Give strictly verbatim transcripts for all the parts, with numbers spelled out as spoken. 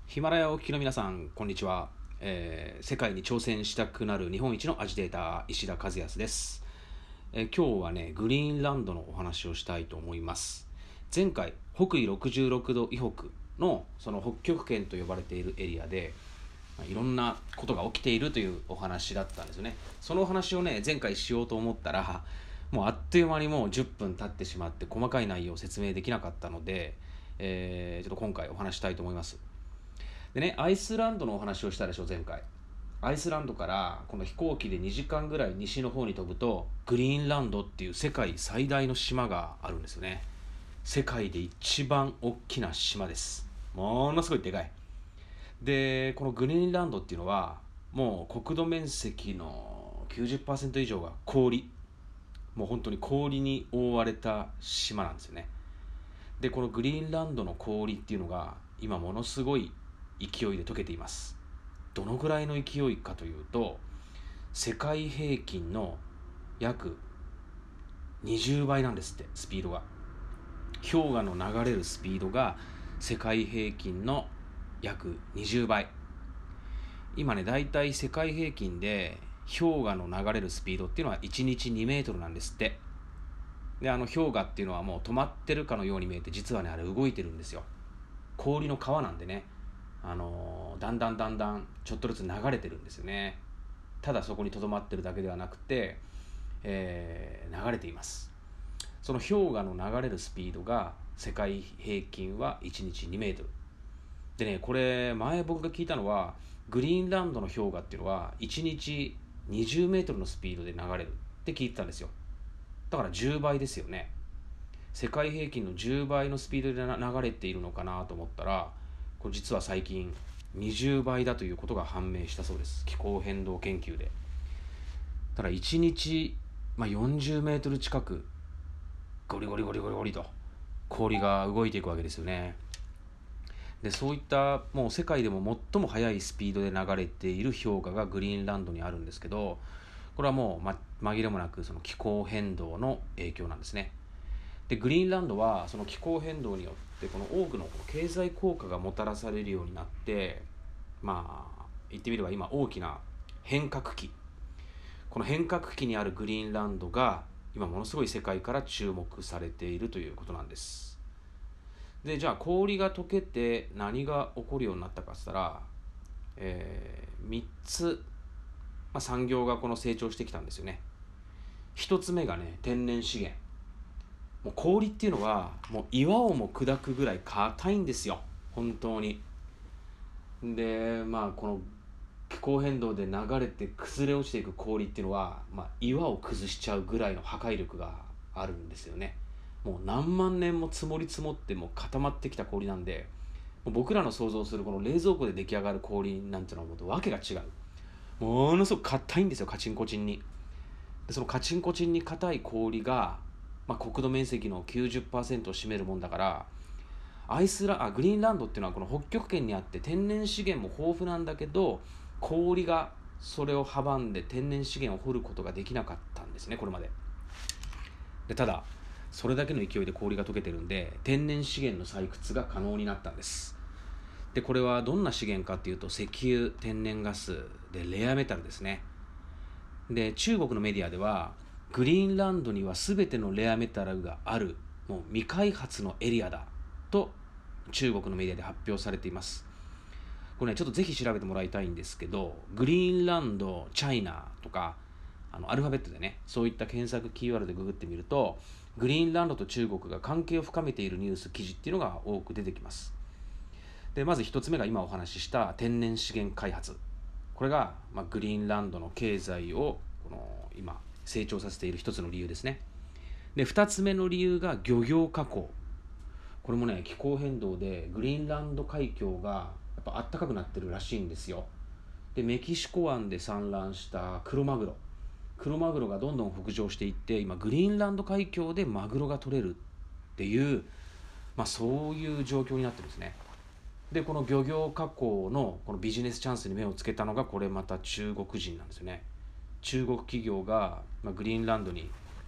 ヒマラヤをお聞きの皆さん、こんにちは、えー世界に挑戦したくなる日本一のアジテーター、石田和康です。えー今日はね、グリーンランドのお話をしたいと思います。前回、北緯ろくじゅうろくど以北のその北極圏と呼ばれているエリアで、まあいろんなことが起きているというお話だったんですよね。そのお話をね、前回しようと思ったら、もうあっという間にもうじゅっぷん経ってしまって細かい内容を説明できなかったので、えーちょっと今回お話したいと思います。でね、アイスランドのお話をしたでしょ、前回。アイスランドからこの飛行機でにじかんぐらい西の方に飛ぶと、グリーンランドっていう世界最大の島があるんですよね。世界で一番大きな島です。ものすごいでかい。で、このグリーンランドっていうのは、もう国土面積のきゅうじゅっパーセント以上が氷。もう本当に氷に覆われた島なんですよね。で、このグリーンランドの氷っていうのが今ものすごい勢いで溶けています。どのぐらいの勢いかというと、世界平均の約にじゅうばいなんですって、スピードが。氷河の流れるスピードが世界平均の約にじゅうばい。今ね、だいたい世界平均で氷河の流れるスピードっていうのはいちにちにメートルなんですって。で、あの氷河っていうのはもう止まってるかのように見えて、実はね、あれ動いてるんですよ。氷の川なんでね、あのーだんだんだんだんちょっとずつ流れてるんですよね。ただそこにとどまってるだけではなくて、えー流れています。その氷河の流れるスピードが世界平均はいちにちにメートルでね、これ前僕が聞いたのは、グリーンランドの氷河っていうのはいちにちにじゅうメートルのスピードで流れるって聞いてたんですよ。だからじゅうばいですよね。世界平均のじゅうばいのスピードで流れているのかなと思ったら、これ実は最近にじゅうばいだということが判明したそうです。気候変動研究で。ただいちにち、まあ、よんじゅうメートル近くゴリゴリゴリゴリゴリと氷が動いていくわけですよね。で、そういったもう世界でも最も速いスピードで流れている氷河がグリーンランドにあるんですけど、これはもう、ま、紛れもなくその気候変動の影響なんですね。で、グリーンランドはその気候変動によってこの多くの経済効果がもたらされるようになって、まあ言ってみれば今大きな変革期、この変革期にあるグリーンランドが今ものすごい世界から注目されているということなんです。で、じゃあ氷が溶けて何が起こるようになったかって言ったら、えー、みっつ、まあ、産業がこの成長してきたんですよね。ひとつめがね、天然資源。もう氷っていうのはもう岩をも砕くぐらい硬いんですよ、本当に。で、まあこの気候変動で流れて崩れ落ちていく氷っていうのは、まあ、岩を崩しちゃうぐらいの破壊力があるんですよね。もう何万年も積もり積もってもう固まってきた氷なんで、もう僕らの想像するこの冷蔵庫で出来上がる氷なんてのはもうわけが違う。ものすごく硬いんですよ、カチンコチンに。で、そのカチンコチンに硬い氷が、まあ、国土面積のきゅうじゅっパーセントを占めるもんだから、アイスラあグリーンランドっていうのはこの北極圏にあって天然資源も豊富なんだけど、氷がそれを阻んで天然資源を掘ることができなかったんですね、これまで。で、ただそれだけの勢いで氷が溶けてるんで、天然資源の採掘が可能になったんです。で、これはどんな資源かっていうと、石油、天然ガスでレアメタルですね。で、中国のメディアではグリーンランドには全てのレアメタルがある、もう未開発のエリアだと中国のメディアで発表されています。これね、ちょっとぜひ調べてもらいたいんですけど、グリーンランド、チャイナとか、あのアルファベットでね、そういった検索キーワードでググってみると、グリーンランドと中国が関係を深めているニュース記事っていうのが多く出てきます。で、まず一つ目が今お話しした天然資源開発。これが、まあ、グリーンランドの経済をこの今成長させている一つの理由ですね。で、二つ目の理由が漁業加工。これもね、気候変動でグリーンランド海峡がやっぱ暖かくなってるらしいんですよ。で、メキシコ湾で産卵したクロマグロクロマグロがどんどん北上していって、今グリーンランド海峡でマグロが取れるっていう、まあ、そういう状況になってるんですね。で、この漁業加工のこのビジネスチャンスに目をつけたのがこれまた中国人なんですよね。中国企業が、まあ、グリーンランドに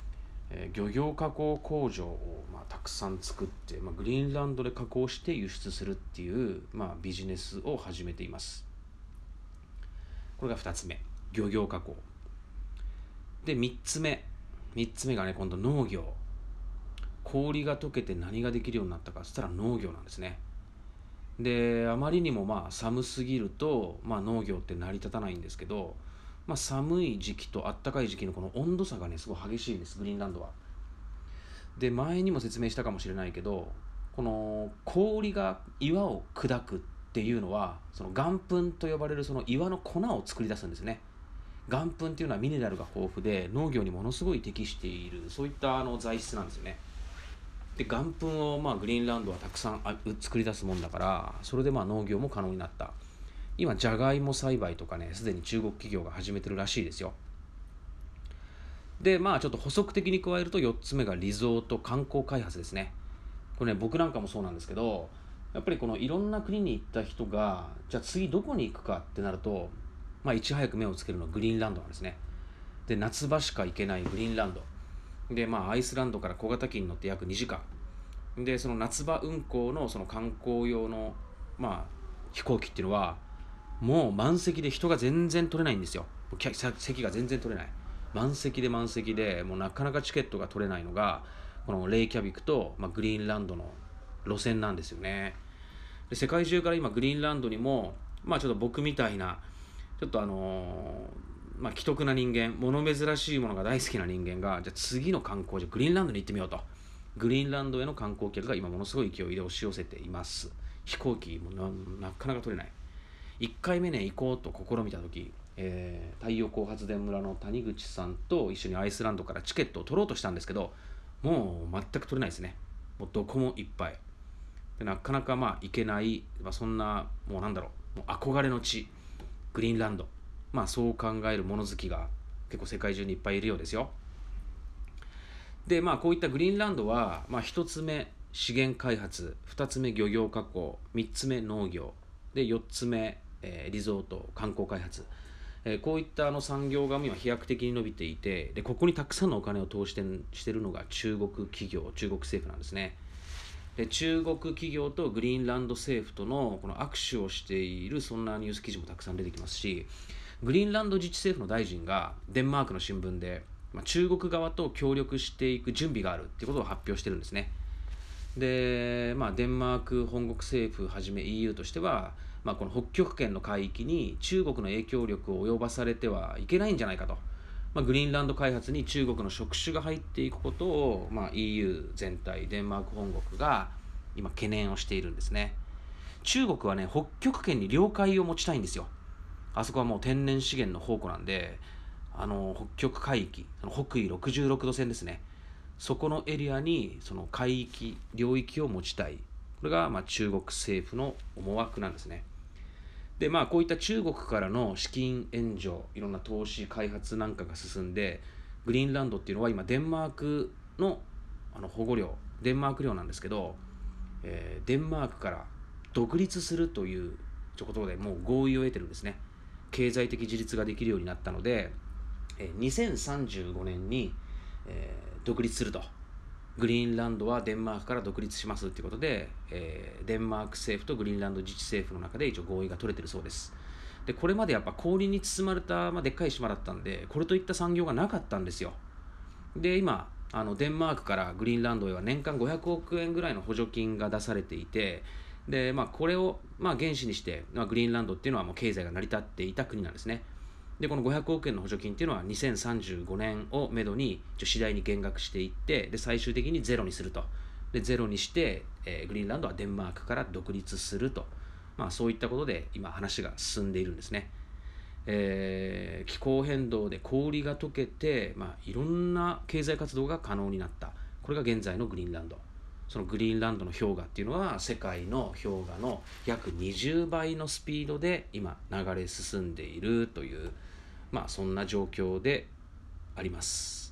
えー、漁業加工工場を、まあ、たくさん作って、まあ、グリーンランドで加工して輸出するっていう、まあ、ビジネスを始めています。これがふたつめ、漁業加工で、みっつめみっつめがね、今度農業。氷が溶けて何ができるようになったかっつったら農業なんですね。で、あまりにもまあ寒すぎると、まあ、農業って成り立たないんですけど、まあ、寒い時期と暖かい時期のこの温度差がねすごい激しいんです、グリーンランドは。で、前にも説明したかもしれないけど、この氷が岩を砕くっていうのは、その岩粉と呼ばれるその岩の粉を作り出すんですね。岩粉っていうのはミネラルが豊富で農業にものすごい適している、そういったあの材質なんですよね。で、岩粉をまあグリーンランドはたくさんあ作り出すもんだから、それでまあ農業も可能になった。今じゃがいも栽培とかね、すでに中国企業が始めてるらしいですよ。で、まあちょっと補足的に加えると、よっつめがリゾート観光開発ですね。これね、僕なんかもそうなんですけど、やっぱりこのいろんな国に行った人が、じゃあ次どこに行くかってなると、まあいち早く目をつけるのはグリーンランドなんですね。で、夏場しか行けないグリーンランドで、まあアイスランドから小型機に乗って約にじかんで、その夏場運行のその観光用のまあ飛行機っていうのは、もう満席で人が全然取れないんですよ。席が全然取れない、満席で満席で、もうなかなかチケットが取れないのがこのレイキャビクと、まあ、グリーンランドの路線なんですよね。で、世界中から今グリーンランドにも、まあちょっと僕みたいなちょっとあのーまあ、奇特な人間、物珍しいものが大好きな人間が、じゃあ次の観光じゃグリーンランドに行ってみようと、グリーンランドへの観光客が今ものすごい勢いで押し寄せています。飛行機も な, なかなか取れない。いっかいめね、行こうと試みた時、えー、太陽光発電村の谷口さんと一緒にアイスランドからチケットを取ろうとしたんですけど、もう全く取れないですね。もうどこもいっぱいで、なかなかまあ行けない、まあ、そんなもうなんだろう、もう憧れの地グリーンランド、まあそう考える物好きが結構世界中にいっぱいいるようですよ。で、まあこういったグリーンランドは、まあ、ひとつめ資源開発、ふたつめ漁業加工、みっつめ農業で、よっつめ、えーリゾート観光開発、えーこういったあの産業が今飛躍的に伸びていて、でここにたくさんのお金を投資してしているのが中国企業、中国政府なんですね。で、中国企業とグリーンランド政府とのこの握手をしている、そんなニュース記事もたくさん出てきますし、グリーンランド自治政府の大臣がデンマークの新聞で、まあ、中国側と協力していく準備があるということを発表してるんですね。で、まあ、デンマーク本国政府はじめ イーユー としては、まあ、この北極圏の海域に中国の影響力を及ばされてはいけないんじゃないかと、まあ、グリーンランド開発に中国の触手が入っていくことを、まあ、イーユー 全体、デンマーク本国が今懸念をしているんですね。中国はね、北極圏に領海を持ちたいんですよ。あそこはもう天然資源の宝庫なんで、あの北極海域、その北緯ろくじゅうろくど線ですね、そこのエリアにその海域領域を持ちたい、これがまあ中国政府の思惑なんですね。で、まあこういった中国からの資金援助、いろんな投資開発なんかが進んで、グリーンランドっていうのは今デンマークのあの保護領、デンマーク領なんですけど、えーデンマークから独立するということでもう合意を得てるんですね。経済的自立ができるようになったので、えーにせんさんじゅうごねんに、えー独立すると、グリーンランドはデンマークから独立しますということで、えーデンマーク政府とグリーンランド自治政府の中で一応合意が取れてるそうです。で、これまでやっぱ氷に包まれた、まあ、でっかい島だったんで、これといった産業がなかったんですよ。で、今あのデンマークからグリーンランドへは年間ごひゃくおくえんぐらいの補助金が出されていて、で、まあ、これをまあ原資にして、まあ、グリーンランドっていうのはもう経済が成り立っていた国なんですね。で、このごひゃくおくえんの補助金っていうのはにせんさんじゅうごねんをめどに次第に減額していって、で最終的にゼロにすると。でゼロにして、えーグリーンランドはデンマークから独立すると、まあ、そういったことで今話が進んでいるんですね。えー気候変動で氷が溶けて、まあ、いろんな経済活動が可能になった、これが現在のグリーンランド。そのグリーンランドの氷河っていうのは世界の氷河の約にじゅうばいのスピードで今流れ進んでいるという、まあそんな状況であります。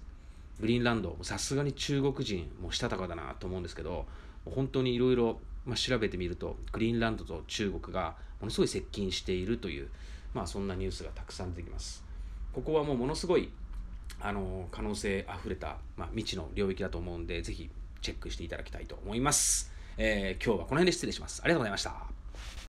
グリーンランド、さすがに中国人もしたたかだなと思うんですけど、本当にいろいろ調べてみると、グリーンランドと中国がものすごい接近しているという、まあそんなニュースがたくさん出てきます。ここはもうものすごいあの可能性あふれた、まあ、未知の領域だと思うんで、ぜひチェックしていただきたいと思います。えー今日はこの辺で失礼します。ありがとうございました。